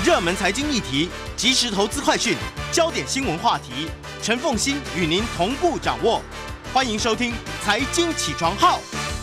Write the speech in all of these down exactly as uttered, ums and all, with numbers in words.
热门财经议题、即时投资快讯、焦点新闻话题，陈凤馨与您同步掌握。欢迎收听《财经起床号》。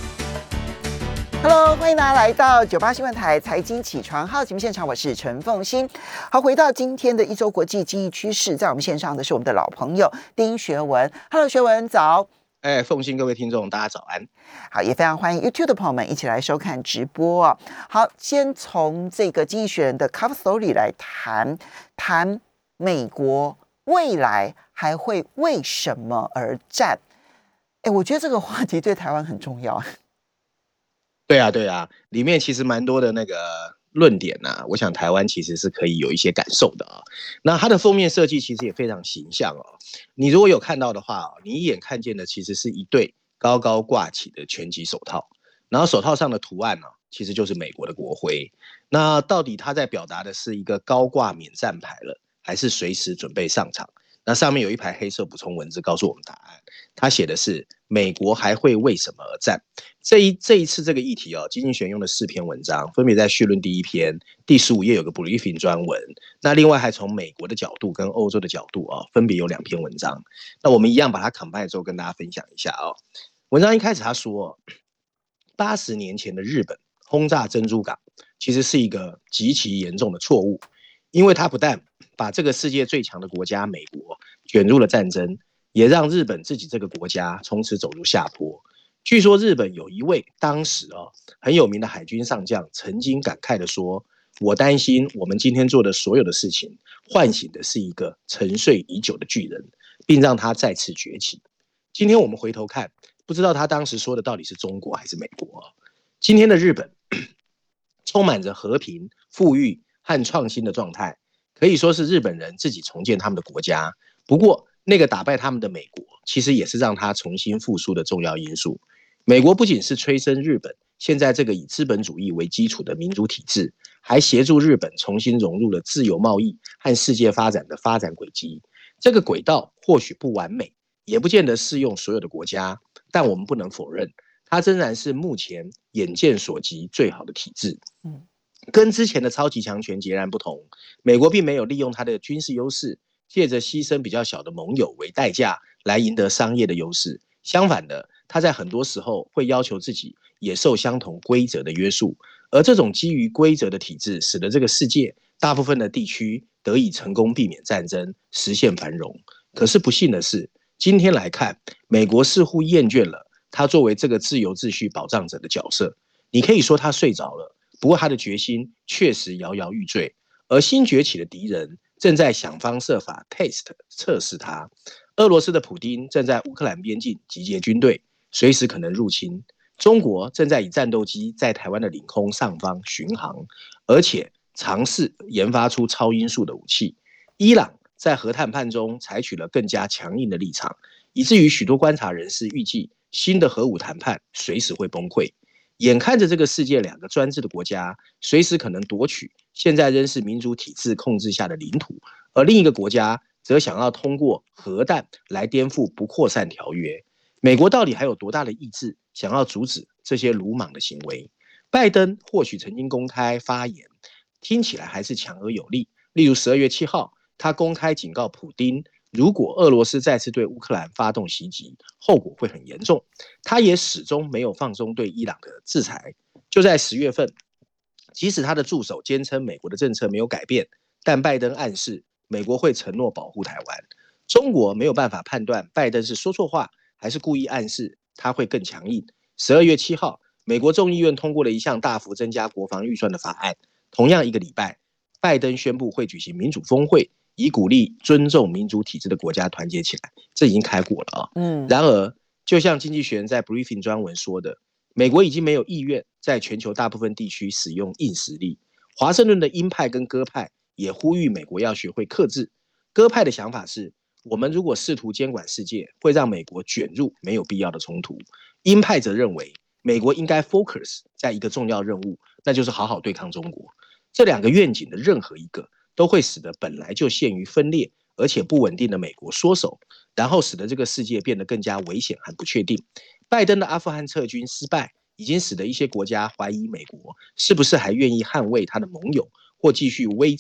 Hello， 欢迎大家来到九八新闻台财经起床号节目现场，我是陈凤馨。好，回到今天的一周国际经济趋势，在我们线上的是我们的老朋友丁学文。Hello， 学文早。 哎，凤馨各位听众，大家早安。 好，也非常欢迎 YouTube 的朋友们一起来收看直播啊。好，先从这个经济学人的 Cover Story 来谈谈美国未来还会为什么而战。哎，我觉得这个话题对台湾很重要。 对啊，对啊，里面其实蛮多的那个论点啊，我想台湾其实是可以有一些感受的啊。那它的封面设计其实也非常形象哦。你如果有看到的话，你一眼看见的其实是一对高高挂起的拳击手套，然后手套上的图案呢，其实就是美国的国徽。那到底它在表达的是一个高挂免战牌了，还是随时准备上场？那上面有一排黑色补充文字告诉我们答案，它写的是美国还会为什么而战。这一这一次这个议题哦，经济学用了四篇文章，分别在序论第一篇第十五页有个 briefing 专文，那另外还从美国的角度跟欧洲的角度哦，分别有两篇文章。那我们一样把它 combine 之后跟大家分享一下哦。文章一开始他说，八十年前的日本轰炸珍珠港，其实是一个极其严重的错误，因为它不但把这个世界最强的国家美国卷入了战争，也让日本自己这个国家从此走入下坡。据说日本有一位当时哦很有名的海军上将曾经感慨地说，我担心我们今天做的所有的事情唤醒的是一个沉睡已久的巨人，并让他再次崛起。今天我们回头看，不知道他当时说的到底是中国还是美国。今天的日本充满着和平、富裕和创新的状态，可以说是日本人自己重建他们的国家。不过那个打败他们的美国，其实也是让他重新复苏的重要因素。美国不仅是催生日本现在这个以资本主义为基础的民主体制，还协助日本重新融入了自由贸易和世界发展的发展轨迹。这个轨道或许不完美，也不见得适用所有的国家，但我们不能否认，它仍然是目前眼见所及最好的体制。嗯，跟之前的超级强权截然不同，美国并没有利用它的军事优势，借着牺牲比较小的盟友为代价来赢得商业的优势。相反的，他在很多时候会要求自己也受相同规则的约束，而这种基于规则的体制，使得这个世界大部分的地区得以成功避免战争，实现繁荣。可是不幸的是，今天来看，美国似乎厌倦了他作为这个自由秩序保障者的角色。你可以说他睡着了，不过他的决心确实摇摇欲坠，而新崛起的敌人正在想方设法 test 测试他。俄罗斯的普丁正在乌克兰边境集结军队，随时可能入侵。中国正在以战斗机在台湾的领空上方巡航，而且尝试研发出超音速的武器。伊朗在核谈判中采取了更加强硬的立场，以至于许多观察人士预计新的核武谈判随时会崩溃。眼看着这个世界两个专制的国家随时可能夺取现在仍是民主体制控制下的领土，而另一个国家则想要通过核弹来颠覆不扩散条约。美国到底还有多大的意志想要阻止这些鲁莽的行为？拜登或许曾经公开发言，听起来还是强而有力。例如十二月七号，他公开警告普丁，如果俄罗斯再次对乌克兰发动袭击，后果会很严重。他也始终没有放松对伊朗的制裁。就在十月份，即使他的助手坚称美国的政策没有改变，但拜登暗示美国会承诺保护台湾。中国没有办法判断拜登是说错话，还是故意暗示他会更强硬。十二月七号，美国众议院通过了一项大幅增加国防预算的法案。同样一个礼拜，拜登宣布会举行民主峰会，以鼓励尊重民主体制的国家团结起来。这已经开过了啊。嗯。然而，就像经济学人在 briefing 专文说的，美国已经没有意愿在全球大部分地区使用硬实力。华盛顿的鹰派跟鸽派也呼吁美国要学会克制。鸽派的想法是，我们如果试图监管世界，会让美国卷入没有必要的冲突。鹰派则认为，美国应该 focus 在一个重要任务，那就是好好对抗中国。这两个愿景的任何一个，都会使得本来就陷于分裂而且不稳定的美国缩手，然后使得这个世界变得更加危险和不确定。拜登的阿富汗撤军失败，已经使得一些国家怀疑美国是不是还愿意捍卫他的盟友，或继续威着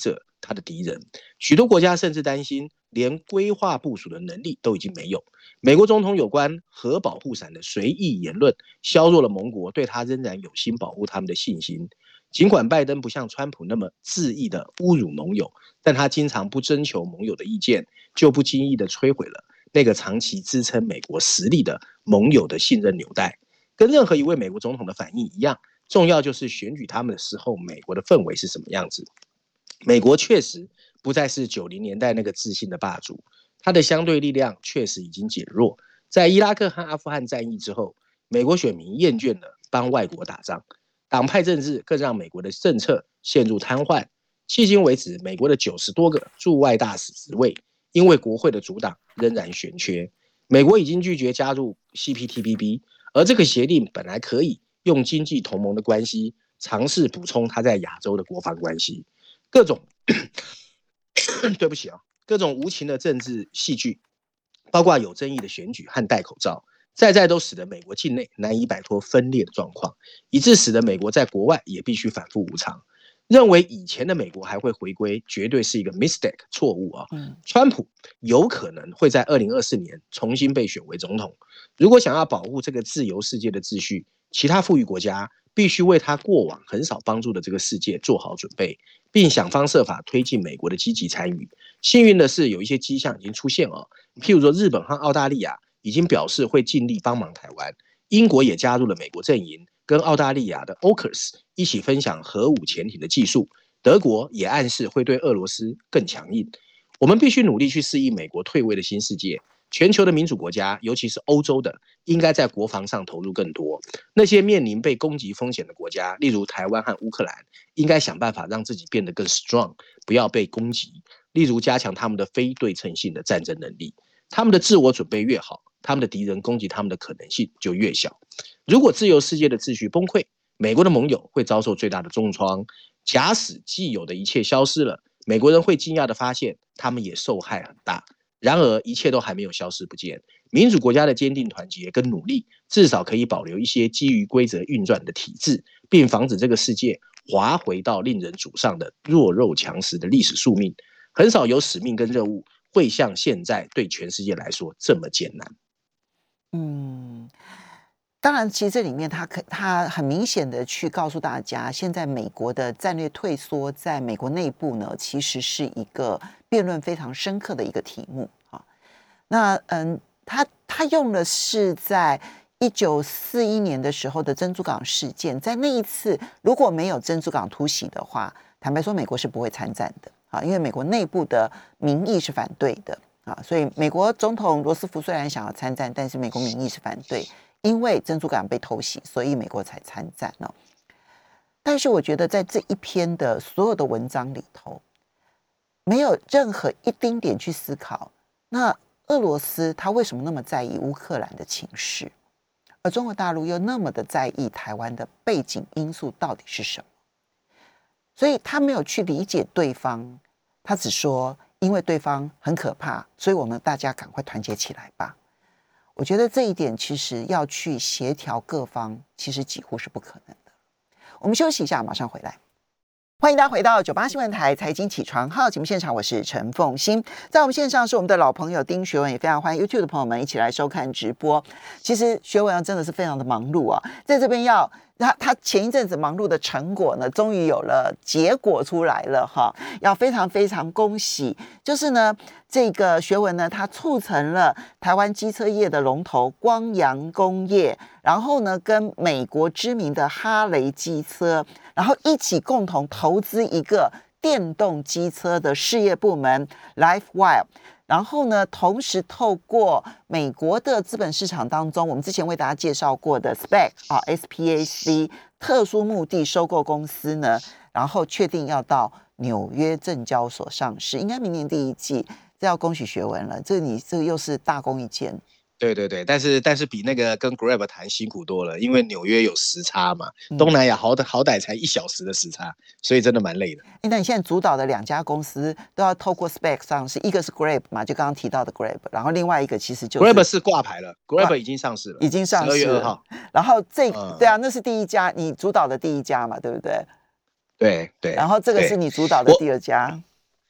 他的敌人。许多国家甚至担心，连规划部署的能力都已经没有。美国总统有关核保护伞的随意言论，削弱了盟国对他仍然有心保护他们的信心。尽管拜登不像川普那么恣意的侮辱盟友，但他经常不征求盟友的意见，就不经意的摧毁了那个长期支撑美国实力的盟友的信任纽带。跟任何一位美国总统的反应一样，重要就是选举他们的时候，美国的氛围是什么样子。美国确实不再是九零年代那个自信的霸主，它的相对力量确实已经减弱。在伊拉克和阿富汗战役之后，美国选民厌倦了帮外国打仗，党派政治更让美国的政策陷入瘫痪。迄今为止，美国的九十多个驻外大使职位，因为国会的阻挡仍然悬缺。美国已经拒绝加入 C P T P P， 而这个协定本来可以用经济同盟的关系尝试补充它在亚洲的国防关系。各种对不起啊，各种无情的政治戏剧，包括有争议的选举和戴口罩，在在都使得美国境内难以摆脱分裂的状况，以致使得美国在国外也必须反复无常。认为以前的美国还会回归，绝对是一个 mistake 错误啊！川普有可能会在二零二四年重新被选为总统。如果想要保护这个自由世界的秩序，其他富裕国家必须为他过往很少帮助的这个世界做好准备，并想方设法推进美国的积极参与。幸运的是，有一些迹象已经出现哦，譬如说日本和澳大利亚已经表示会尽力帮忙台湾，英国也加入了美国阵营，跟澳大利亚的 O C U S 一起分享核武潜艇的技术，德国也暗示会对俄罗斯更强硬。我们必须努力去适应美国退位的新世界。全球的民主国家，尤其是欧洲的，应该在国防上投入更多。那些面临被攻击风险的国家，例如台湾和乌克兰，应该想办法让自己变得更 strong， 不要被攻击。例如加强他们的非对称性的战争能力，他们的自我准备越好，他们的敌人攻击他们的可能性就越小。如果自由世界的秩序崩溃，美国的盟友会遭受最大的重创。假使既有的一切消失了，美国人会惊讶地发现，他们也受害很大。然而，一切都还没有消失不见。民主国家的坚定团结跟努力，至少可以保留一些基于规则运转的体制，并防止这个世界滑回到令人沮丧的弱肉强食的历史宿命。很少有使命跟任务会像现在对全世界来说这么艰难。 嗯，当然，其实这里面他可他很明显的去告诉大家，现在美国的战略退缩，在美国内部呢，其实是一个辩论非常深刻的一个题目啊。那嗯，他他用的是在一九四一年的时候的珍珠港事件，在那一次如果没有珍珠港突袭的话，坦白说，美国是不会参战的啊，因为美国内部的民意是反对的啊，所以美国总统罗斯福虽然想要参战，但是美国民意是反对。因为珍珠港被偷袭，所以美国才参战哦。但是我觉得在这一篇的所有的文章里头，没有任何一丁点去思考，那俄罗斯他为什么那么在意乌克兰的情势，而中国大陆又那么的在意台湾的背景因素到底是什么？所以他没有去理解对方，他只说因为对方很可怕，所以我们大家赶快团结起来吧。我觉得这一点其实要去协调各方，其实几乎是不可能的。我们休息一下，马上回来。欢迎大家回到九八新闻台财经起床号节目现场，我是陈凤馨。在我们线上是我们的老朋友丁学文，也非常欢迎 YouTube 的朋友们一起来收看直播。其实学文真的是非常的忙碌啊，在这边要他他前一阵子忙碌的成果呢，终于有了结果出来了哈，要非常非常恭喜。就是呢，这个学文呢，它促成了台湾机车业的龙头光阳工业，然后呢，跟美国知名的哈雷机车，然后一起共同投资一个电动机车的事业部门 LifeWire。然后呢，同时透过美国的资本市场当中，我们之前为大家介绍过的 S P A C 啊 S P A C 特殊目的收购公司呢，然后确定要到纽约证交所上市，应该明年第一季。这要恭喜学文了，这你这又是大功一件。 对对对，但是但是比那个跟 Grab 谈辛苦多了，因为纽约有时差嘛，东南亚好歹好歹才一小时的时差，所以真的蛮累的。 哎，那你现在主导的两家公司都要透过 S P A C 上市，一个是 Grab 嘛，就刚刚提到的 Grab， 然后另外一个其实就是 Grab 是挂牌了 ，Grab 已经上市了， 已经上市了， 十二月二号。 然后这、 嗯、 对啊，那是第一家，你主导的第一家嘛，对不对？ 对对。 然后这个是你主导的第二家。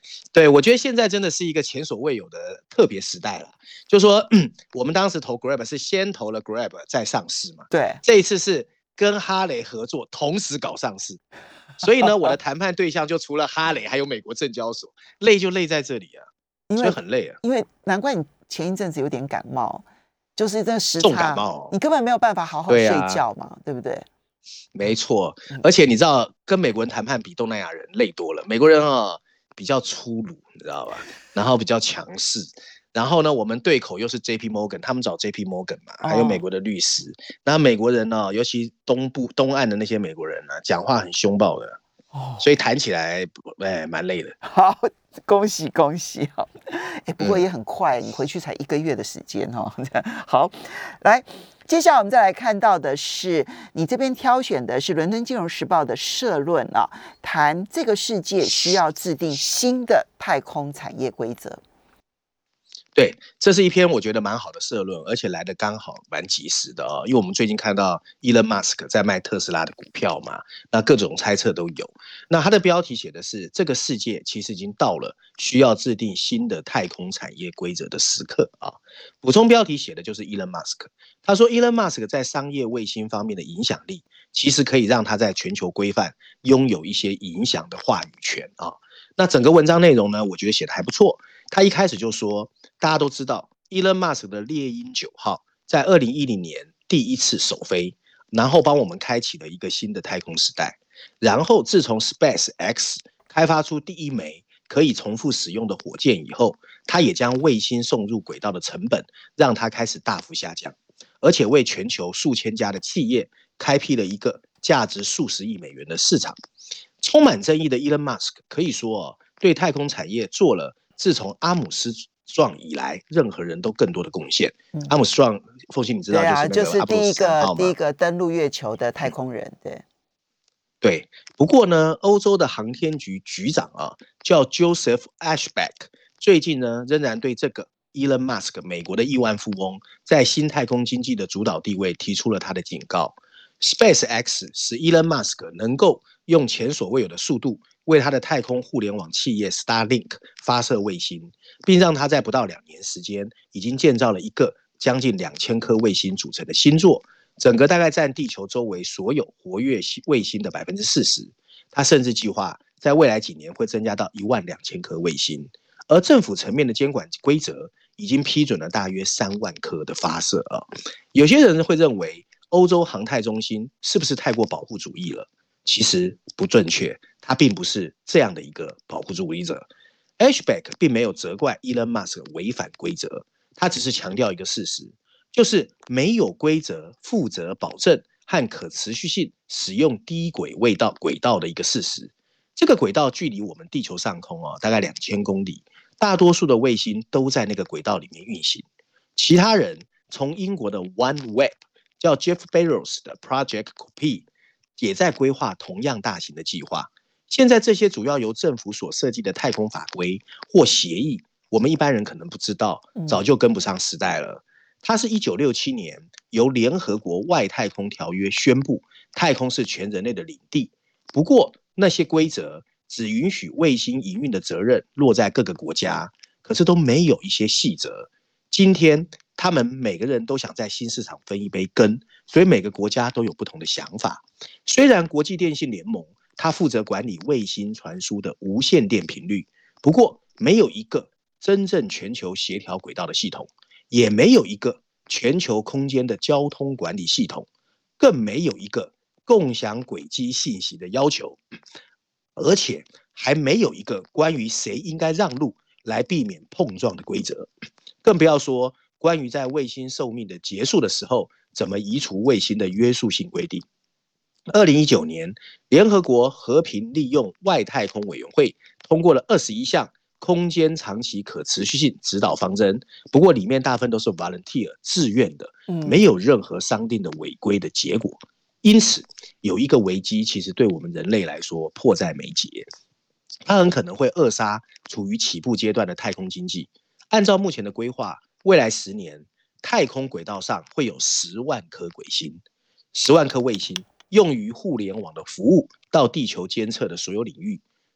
对，我觉得现在真的是一个前所未有的特别时代了。就是说，嗯，我们当时投 Grab 是先投了 Grab 再上市嘛， 对， 这一次是跟哈雷合作，同时搞上市。所以呢，我的谈判对象就除了哈雷，还有美国证交所，累就累在这里啊，所以很累啊。 因为难怪你前一阵子有点感冒，就是这时重感差， 冒， 你根本没有办法好好睡觉嘛， 对,、啊、对不对？ 没错，而且你知道，跟美国人谈判比东南亚人累多了。美国人啊比较粗鲁，你知道吧？然后比较强势。然后呢，我们对口又是 J P Morgan， 他们找 J P Morgan 嘛，还有美国的律师。哦、那美国人呢，尤其东部东岸的那些美国人呢、啊，讲话很凶暴的，哦、所以谈起来哎蛮累的。 好，恭喜恭喜哈！哎，不过也很快，嗯、你回去才一个月的时间哈。好，来。接下来我们再来看到的是，你这边挑选的是伦敦金融时报的社论啊，谈这个世界需要制定新的太空产业规则。 对，这是一篇我觉得蛮好的社论，而且来的刚好蛮及时的哦。因为我们最近看到 Elon Musk 在卖特斯拉的股票嘛，那各种猜测都有。那他的标题写的是这个世界其实已经到了需要制定新的太空产业规则的时刻啊。补充标题写的就是 Elon Musk， 他说 Elon Musk 在商业卫星方面的影响力，其实可以让他在全球规范拥有一些影响的话语权啊。那整个文章内容呢，我觉得写的还不错。他一开始就说，大家都知道 Elon Musk 的猎鹰九号在二零一零年第一次首飞，然后帮我们开启了一个新的太空时代。然后自从 SpaceX 开发出第一枚可以重复使用的火箭以后，他也将卫星送入轨道的成本让它开始大幅下降，而且为全球数千家的企业开辟了一个价值数十亿美元的市场。充满争议的 Elon Musk 可以说、哦、对太空产业做了自从阿姆斯壮以来任何人都更多的贡献。嗯、阿姆斯壮，凤馨你知道就是那个阿波罗十三号嘛， 对啊，就是第一个第一个登陆月球的太空人，对。 对，不过呢，欧洲的航天局局长啊，叫 Joseph Ashback， 最近呢仍然对这个 Elon Musk 美国的亿万富翁在新太空经济的主导地位提出了他的警告。SpaceX 使 Elon Musk 能够用前所未有的速度为他的太空互联网企业 Starlink 发射卫星，并让他在不到两年时间已经建造了一个将近两千颗卫星组成的星座，整个大概占地球周围所有活跃卫星的 百分之四十。 他甚至计划在未来几年会增加到一万两千颗卫星，而政府层面的监管规则已经批准了大约三万颗的发射啊。有些人会认为欧洲航太中心是不是太过保护主义了？其实不正确，他并不是这样的一个保护主义者。Ashback 并没有责怪 Elon Musk 违反规则，他只是强调一个事实，就是没有规则负责保证和可持续性使用低轨卫道轨道的一个事实。这个轨道距离我们地球上空、哦、大概两千公里，大多数的卫星都在那个轨道里面运行。其他人从英国的 OneWeb 叫 Jeff Bezos 的 Project Kuiper 也在规划同样大型的计划。现在这些主要由政府所设计的太空法规或协议，我们一般人可能不知道，早就跟不上时代了。它是一九六七年由联合国外太空条约宣布，太空是全人类的领地。不过那些规则只允许卫星营运的责任落在各个国家，可是都没有一些细则。今天他们每个人都想在新市场分一杯羹，所以每个国家都有不同的想法。虽然国际电信联盟它负责管理卫星传输的无线电频率，不过没有一个真正全球协调轨道的系统，也没有一个全球空间的交通管理系统，更没有一个共享轨迹信息的要求，而且还没有一个关于谁应该让路来避免碰撞的规则，更不要说关于在卫星寿命的结束的时候怎么移除卫星的约束性规定。二零一九年，联合国和平利用外太空委员会通过了二十一项空间长期可持续性指导方针，不过里面大部分都是 volunteer 自愿的，没有任何商定的违规的结果。因此有一个危机其实对我们人类来说迫在眉睫，它很可能会扼杀处于起步阶段的太空经济。按照目前的规划，未来十年太空轨道上会有十万颗轨星，十万颗卫星用于互联网的服务到地球监测的所有领域。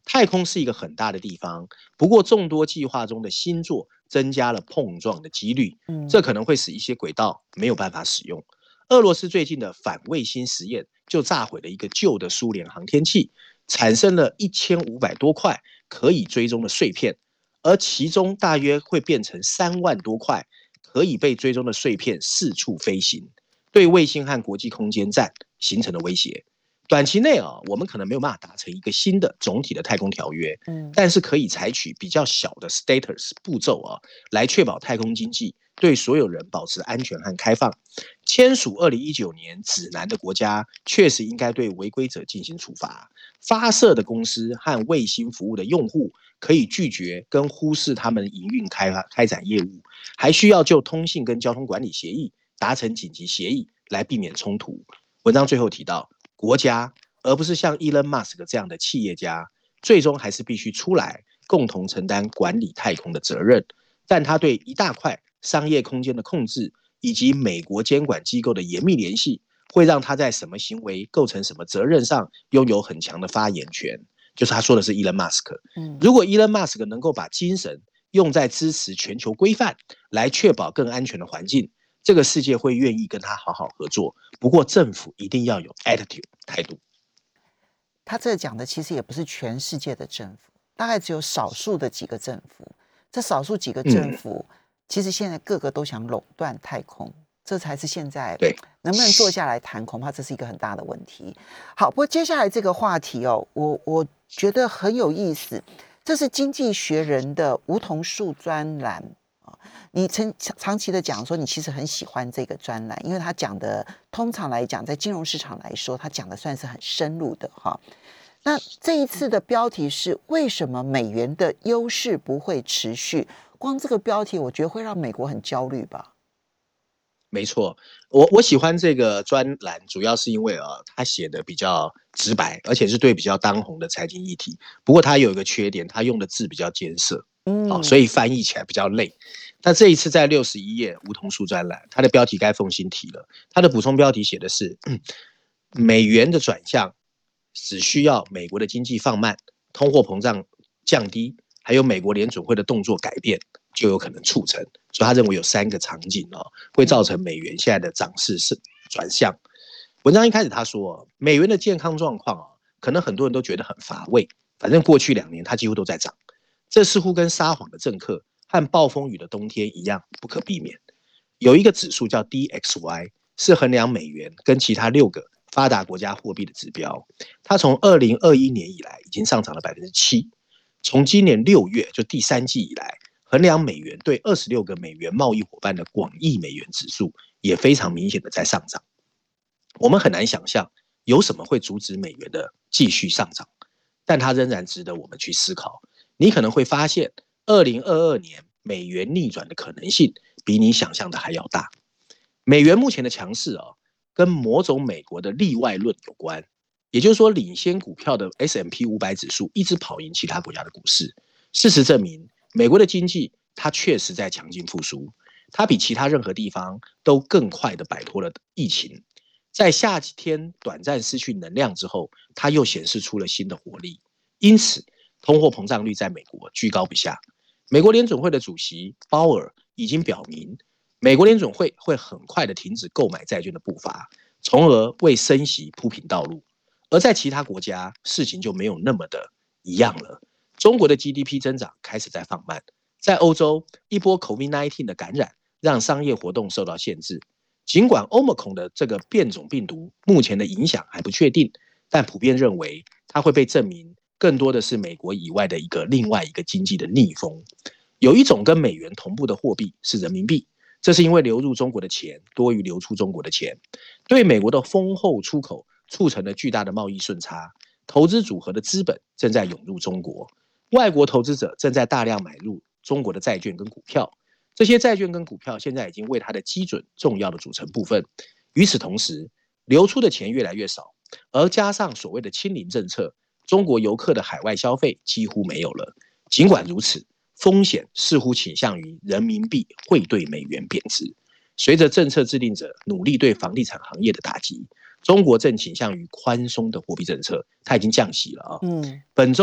太空是一个很大的地方，不过众多计划中的星座增加了碰撞的几率，这可能会使一些轨道没有办法使用。俄罗斯最近的反卫星实验就炸毁了一个旧的苏联航天器，产生了一千五百多块可以追踪的碎片，而其中大约会变成三万多块可以被追踪的碎片四处飞行，对卫星和国际空间站形成了威胁。短期内啊，我们可能没有办法达成一个新的总体的太空条约，嗯，但是可以采取比较小的 status 步骤啊，来确保太空经济对所有人保持安全和开放。签署二零一九年指南的国家确实应该对违规者进行处罚。发射的公司和卫星服务的用户可以拒绝跟忽视他们营运开开展业务，还需要就通信跟交通管理协议达成紧急协议来避免冲突。文章最后提到，国家而不是像 Elon Musk 这样的企业家，最终还是必须出来共同承担管理太空的责任，但他对一大块商业空间的控制以及美国监管机构的严密联系，会让他在什么行为构成什么责任上拥有很强的发言权。就是他说的是 Elon Musk。如果 Elon Musk 能够把精神用在支持全球规范，来确保更安全的环境，这个世界会愿意跟他好好合作。不过政府一定要有 attitude 态度。 他这讲的其实也不是全世界的政府，大概只有少数的几个政府。这少数几个政府，嗯、其实现在各个都想垄断太空，这才是现在能不能坐下来谈，恐怕这是一个很大的问题。好，不过接下来这个话题哦，我我觉得很有意思，这是《经济学人》的梧桐树专栏。你长长期的讲说，你其实很喜欢这个专栏，因为他讲的通常来讲，在金融市场来说，他讲的算是很深入的哈。那这一次的标题是为什么美元的优势不会持续？光这个标题，我觉得会让美国很焦虑吧。 没错，我我喜欢这个专栏，主要是因为啊，他写的比较直白，而且是对比较当红的财经议题。不过他有一个缺点，他用的字比较艰涩，嗯，哦，所以翻译起来比较累。那这一次在六十一页梧桐树专栏，它的标题该凤馨提了，它的补充标题写的是、嗯、美元的转向只需要美国的经济放慢，通货膨胀降低，还有美国联准会的动作改变，就有可能促成。所以他认为有三个场景哦，会造成美元现在的涨势是转向。文章一开始他说，美元的健康状况啊，可能很多人都觉得很乏味，反正过去两年它几乎都在涨，这似乎跟撒谎的政客和暴风雨的冬天一样不可避免。有一个指数叫 D X Y， 是衡量美元跟其他六个发达国家货币的指标，它从二零二一年以来已经上涨了 百分之七， 从今年六月就第三季以来，衡量美元对二十六个美元贸易伙伴的广义美元指数也非常明显的在上涨。我们很难想象有什么会阻止美元的继续上涨，但它仍然值得我们去思考。你可能会发现二零二二年美元逆转的可能性比你想象的还要大。美元目前的强势啊，跟某种美国的例外论有关，也就是说，领先股票的 S and P 五百 指数一直跑赢其他国家的股市。事实证明，美国的经济它确实在强劲复苏，它比其他任何地方都更快的摆脱了疫情。在夏天短暂失去能量之后，它又显示出了新的活力。因此，通货膨胀率在美国居高不下。美国联准会的主席鲍尔已经表明，美国联准会会很快的停止购买债券的步伐，从而为升息铺平道路。而在其他国家，事情就没有那么的一样了。中国的 G D P 增长开始在放慢，在欧洲，一波 COVID 十九 的感染让商业活动受到限制。尽管 Omicron 的这个变种病毒目前的影响还不确定，但普遍认为它会被证明更多的是美国以外的一个另外一个经济的逆风。有一种跟美元同步的货币是人民币，这是因为流入中国的钱多于流出中国的钱，对美国的丰厚出口促成了巨大的贸易顺差，投资组合的资本正在涌入中国，外国投资者正在大量买入中国的债券跟股票，这些债券跟股票现在已经为它的基准重要的组成部分。与此同时，流出的钱越来越少，而加上所谓的清零政策，中国游客的海外消费几乎没有了。尽管如此，风险似乎倾向于人民币会对美元贬值。随着政策制定者努力对房地产行业的打击，中国正倾向于宽松的货币政策，它已经降息了啊。嗯，本周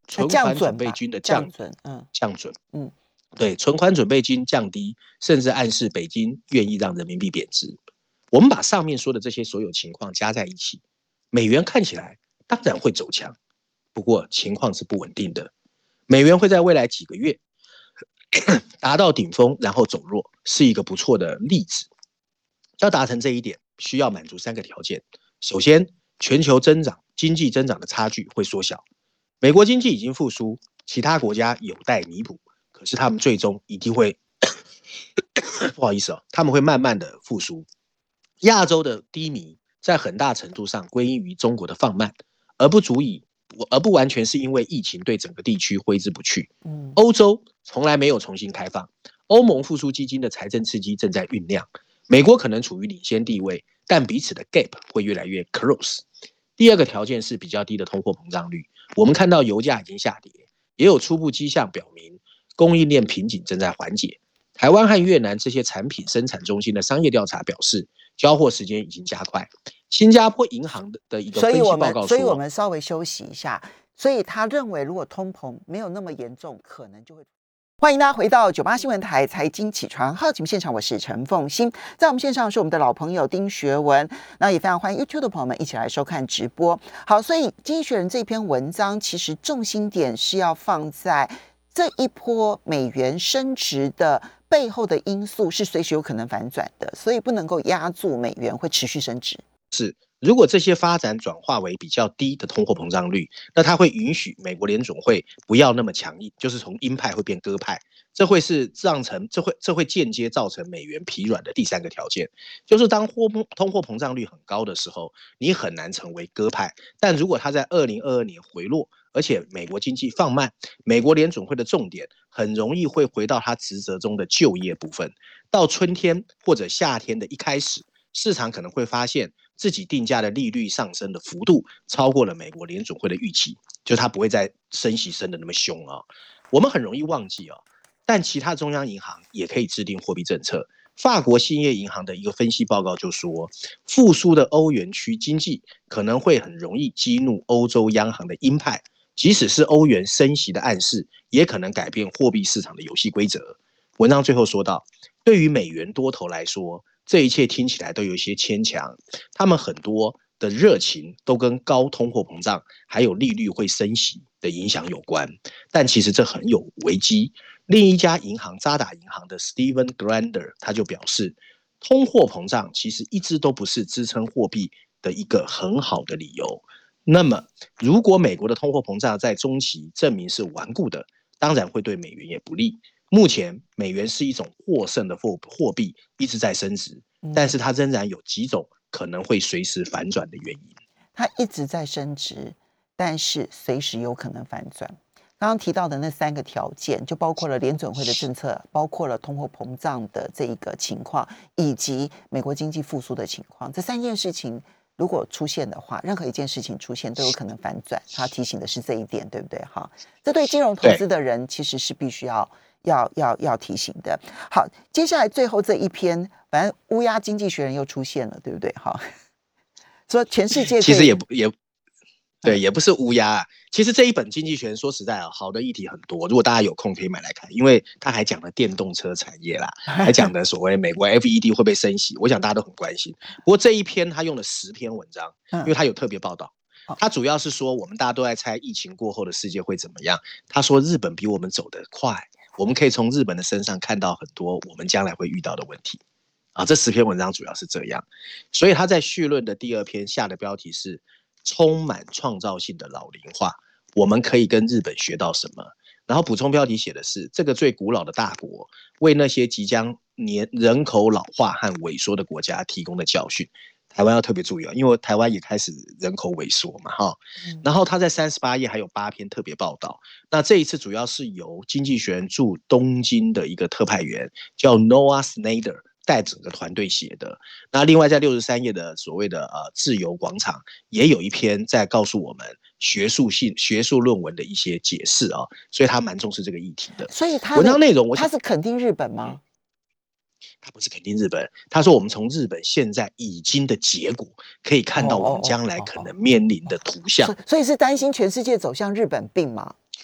存款准备金的降降准，嗯， 降准， 嗯， 对，存款准备金降低，甚至暗示北京愿意让人民币贬值。我们把上面说的这些所有情况加在一起，美元看起来当然会走强，不过情况是不稳定的。美元会在未来几个月达到顶峰，然后走弱，是一个不错的例子。要达成这一点，需要满足三个条件。首先，全球增长、经济增长的差距会缩小。美国经济已经复苏，其他国家有待弥补，可是他们最终一定会不好意思哦，他们会慢慢的复苏。亚洲的低迷在很大程度上归因于中国的放慢，而不足以，而不完全是因为疫情对整个地区挥之不去。嗯，欧洲从来没有重新开放，欧盟复苏基金的财政刺激正在酝酿，美国可能处于领先地位，但彼此的 gap 会越来越 close。第二个条件是比较低的通货膨胀率，我们看到油价已经下跌，也有初步迹象表明供应链瓶颈正在缓解。台湾和越南这些产品生产中心的商业调查表示，交货时间已经加快。新加坡银行的一个分析报告说， 所以我们稍微休息一下。所以他认为，如果通膨没有那么严重，可能就会。欢迎大家回到九八新闻台财经起床号节目现场，我是陈凤馨，在我们线上是我们的老朋友丁学文，那也非常欢迎 YouTube 的朋友们一起来收看直播。好，所以《经济学人》这篇文章其实重心点是要放在这一波美元升值的背后的因素是随时有可能反转的，所以不能够压住美元会持续升值。 是，如果这些发展转化为比较低的通货膨胀率，那它会允许美国联准会不要那么强硬，就是从鹰派会变鸽派，这会是造成这会这会间接造成美元疲软的第三个条件，就是当通货膨胀率很高的时候，你很难成为鸽派，但如果它在二零二二年回落，而且美国经济放慢，美国联准会的重点很容易会回到它职责中的就业部分，到春天或者夏天的一开始，市场可能会发现自己定价的利率上升的幅度超过了美国联准会的预期，就它不会再升息升的那么凶啊。我们很容易忘记啊，但其他中央银行也可以制定货币政策。法国兴业银行的一个分析报告就说，复苏的欧元区经济可能会很容易激怒欧洲央行的鹰派，即使是欧元升息的暗示，也可能改变货币市场的游戏规则。文章最后说到，对于美元多头来说，这一切听起来都有一些牵强，他们很多的热情都跟高通货膨胀还有利率会升息的影响有关，但其实这很有危机。另一家银行渣打银行的 Steven Grander 他就表示，通货膨胀其实一直都不是支撑货币的一个很好的理由。那么如果美国的通货膨胀在中期证明是顽固的，当然会对美元也不利。目前美元是一种获胜的货货币，一直在升值，但是它仍然有几种可能会随时反转的原因。 它一直在升值，但是随时有可能反转。刚刚提到的那三个条件，就包括了联准会的政策，包括了通货膨胀的这一个情况，以及美国经济复苏的情况。这三件事情如果出现的话，任何一件事情出现都有可能反转。他提醒的是这一点，对不对？哈，这对金融投资的人其实是必须要要要要提醒的。好，接下来最后这一篇，反正乌鸦经济学人又出现了，对不对？哈，说全世界其实也不也。对，也不是乌鸦啊。其实这一本《经济学人》说实在啊，好的议题很多。如果大家有空可以买来看，因为他还讲了电动车产业啦，还讲了所谓美国 F E D 会不会升息，我想大家都很关心。不过这一篇他用了十篇文章，因为他有特别报道。他主要是说我们大家都在猜疫情过后的世界会怎么样。他说日本比我们走得快，我们可以从日本的身上看到很多我们将来会遇到的问题。啊，这十篇文章主要是这样。所以他在序论的第二篇下的标题是充满创造性的老龄化，我们可以跟日本学到什么？然后补充标题写的是这个最古老的大国为那些即将年人口老化和萎缩的国家提供的教训。台湾要特别注意啊，因为台湾也开始人口萎缩嘛，哈。然后他在三十八页还有八篇特别报道。那这一次主要是由经济学人驻东京的一个特派员叫 Noah Snyder带整个团队写的。那另外在六十三页的所谓的呃自由广场也有一篇在告诉我们学术性学术论文的一些解释啊，所以他蛮重视这个议题的。 所以他文章内容我他是肯定日本吗？ 他不是肯定日本，他说我们从日本现在已经的结果可以看到我们将来可能面临的图像。 哦哦哦哦哦，所以是担心全世界走向日本病吗？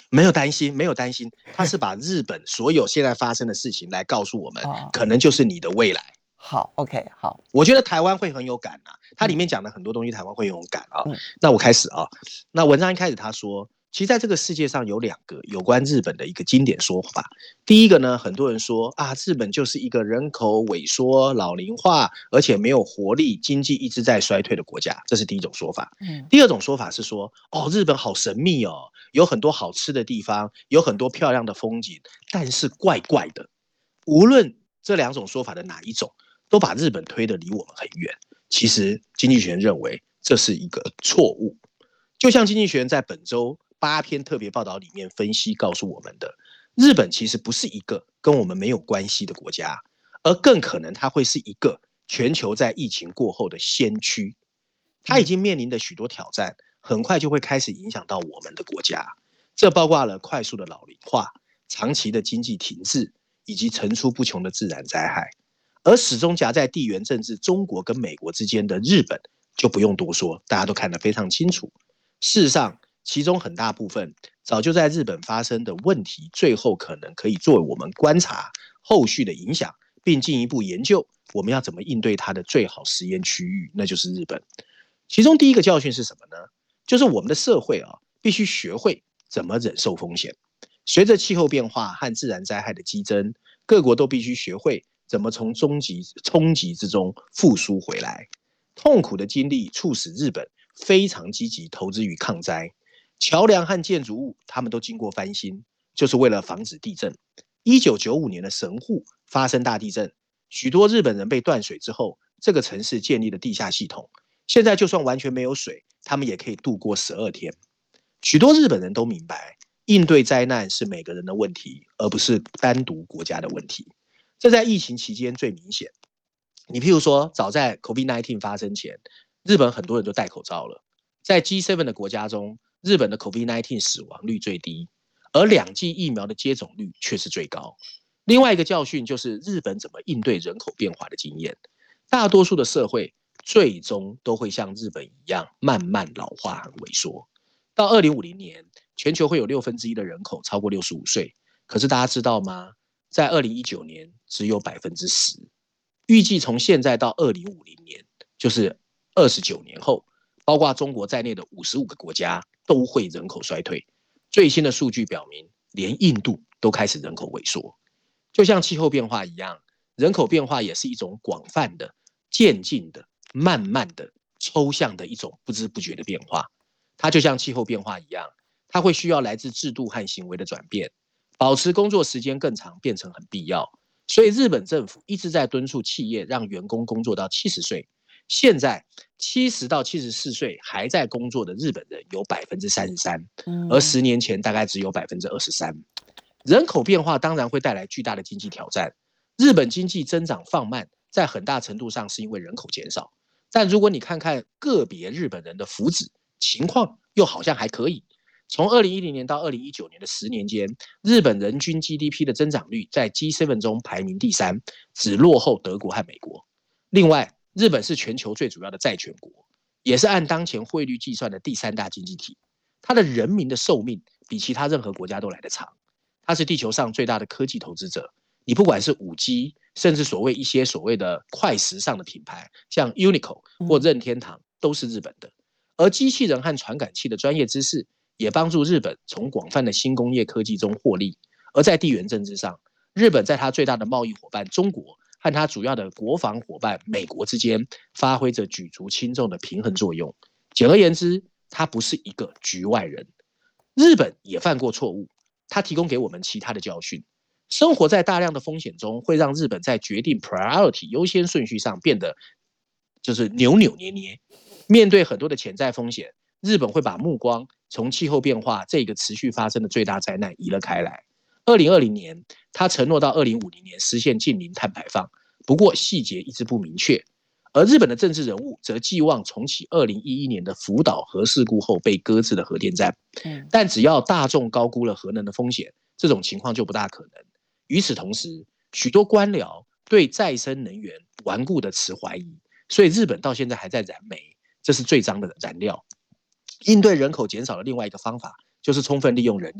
没有担心，没有担心，他是把日本所有现在发生的事情来告诉我们，可能就是你的未来。 好 ，OK， 好， 我觉得台湾会很有感啊，它里面讲的很多东西，台湾会很有感啊。嗯、那我开始啊，那文章一开始他说，其实在这个世界上有两个有关日本的一个经典说法。第一个呢，很多人说啊，日本就是一个人口萎缩、老龄化，而且没有活力、经济一直在衰退的国家，这是第一种说法。嗯、第二种说法是说，哦，日本好神秘哦，有很多好吃的地方，有很多漂亮的风景，但是怪怪的。无论这两种说法的哪一种，都把日本推得离我们很远。其实经济学人认为这是一个错误，就像经济学人在本周八篇特别报道里面分析告诉我们的，日本其实不是一个跟我们没有关系的国家，而更可能它会是一个全球在疫情过后的先驱。它已经面临的许多挑战，很快就会开始影响到我们的国家，这包括了快速的老龄化、长期的经济停滞，以及层出不穷的自然灾害。而始终夹在地缘政治中国跟美国之间的日本就不用多说，大家都看得非常清楚。事实上，其中很大部分早就在日本发生的问题，最后可能可以作为我们观察后续的影响，并进一步研究我们要怎么应对它的最好实验区域，那就是日本。其中第一个教训是什么呢？就是我们的社会啊，必须学会怎么忍受风险。随着气候变化和自然灾害的激增，各国都必须学会怎么从终极冲击之中复苏回来。痛苦的经历促使日本非常积极投资于抗灾，桥梁和建筑物他们都经过翻新，就是为了防止地震。一九九五年的神户发生大地震，许多日本人被断水之后，这个城市建立了地下系统，现在就算完全没有水，他们也可以度过十二天。许多日本人都明白，应对灾难是每个人的问题，而不是单独国家的问题。这在疫情期间最明显。你譬如说，早在 COVID 十九 发生前，日本很多人都戴口罩了。在 G 七 的国家中，日本的 COVID 十九 死亡率最低，而两剂疫苗的接种率却是最高。另外一个教训就是日本怎么应对人口变化的经验。大多数的社会最终都会像日本一样慢慢老化和萎缩。到二零五零年，全球会有六分之一的人口超过六十五岁。可是大家知道吗？在二零一九年只有 百分之十， 预计从现在到二零五零年，就是二十九年后，包括中国在内的五十五个国家都会人口衰退。最新的数据表明，连印度都开始人口萎缩。就像气候变化一样，人口变化也是一种广泛的、渐进的、慢慢的、抽象的一种不知不觉的变化。它就像气候变化一样，它会需要来自制度和行为的转变。保持工作时间更长变成很必要，所以日本政府一直在敦促企业让员工工作到七十岁。现在七十到七十四岁还在工作的日本人有 百分之三十三， 而十年前大概只有 百分之二十三。 人口变化当然会带来巨大的经济挑战。日本经济增长放慢，在很大程度上是因为人口减少。但如果你看看个别日本人的福祉情况，又好像还可以。从二零一零年到二零一九年的十年间，日本人均 G D P 的增长率在 G 七 中排名第三，只落后德国和美国。另外，日本是全球最主要的债权国，也是按当前汇率计算的第三大经济体。它的人民的寿命比其他任何国家都来得长。它是地球上最大的科技投资者。你不管是 五 G， 甚至所谓一些所谓的快时尚的品牌，像 Uniqlo 或任天堂，都是日本的。而机器人和传感器的专业知识也帮助日本从广泛的新工业科技中获利。而在地缘政治上，日本在它最大的贸易伙伴中国和它主要的国防伙伴美国之间发挥着举足轻重的平衡作用。简而言之，它不是一个局外人。日本也犯过错误，它提供给我们其他的教训。生活在大量的风险中，会让日本在决定 priority 优先顺序上变得就是扭扭捏捏。面对很多的潜在风险，日本会把目光从气候变化这个持续发生的最大灾难移了开来。二零二零年，他承诺到二零五零年实现净零碳排放，不过细节一直不明确。而日本的政治人物则寄望重启二零一一年的福岛核事故后被搁置的核电站，但只要大众高估了核能的风险，这种情况就不大可能。与此同时，许多官僚对再生能源顽固的持怀疑，所以日本到现在还在燃煤，这是最脏的燃料。应对人口减少的另外一个方法就是充分利用人力，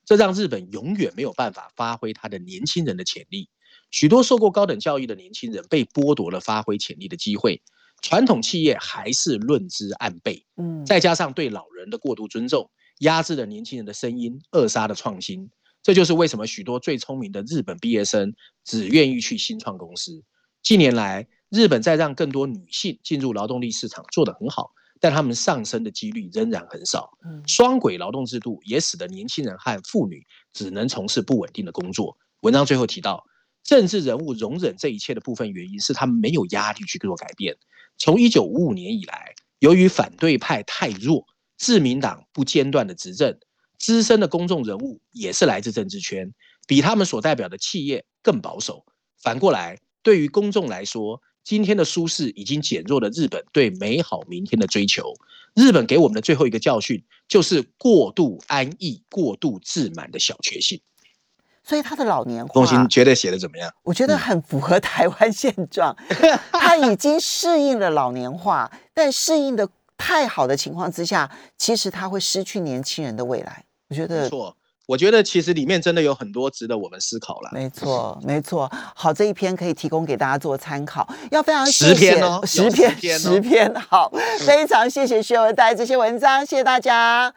这让日本永远没有办法发挥它的年轻人的潜力。许多受过高等教育的年轻人被剥夺了发挥潜力的机会，传统企业还是论资按辈，嗯，再加上对老人的过度尊重，压制了年轻人的声音，扼杀了创新。这就是为什么许多最聪明的日本毕业生只愿意去新创公司。近年来，日本在让更多女性进入劳动力市场做得很好，但他们上升的几率仍然很少。双轨劳动制度也使得年轻人和妇女只能从事不稳定的工作。文章最后提到，政治人物容忍这一切的部分原因是他们没有压力去做改变。从一九五五年以来，由于反对派太弱，自民党不间断的执政，资深的公众人物也是来自政治圈，比他们所代表的企业更保守。反过来，对于公众来说，今天的舒适已经减弱了日本对美好明天的追求。日本给我们的最后一个教训，就是过度安逸、过度自满的小确幸。 所以他的老年化， 凤馨觉得写的怎么样？ 我觉得很符合台湾现状。嗯、他已经适应了老年化，但适应的太好的情况之下，其实他会失去年轻人的未来。我觉得没错。我觉得其实里面真的有很多值得我们思考了。 没错，没错。好，这一篇可以提供给大家做参考。要非常谢谢十篇哦， 十篇，十篇、哦、十篇。好，非常谢谢学文带来这些文章，谢谢大家。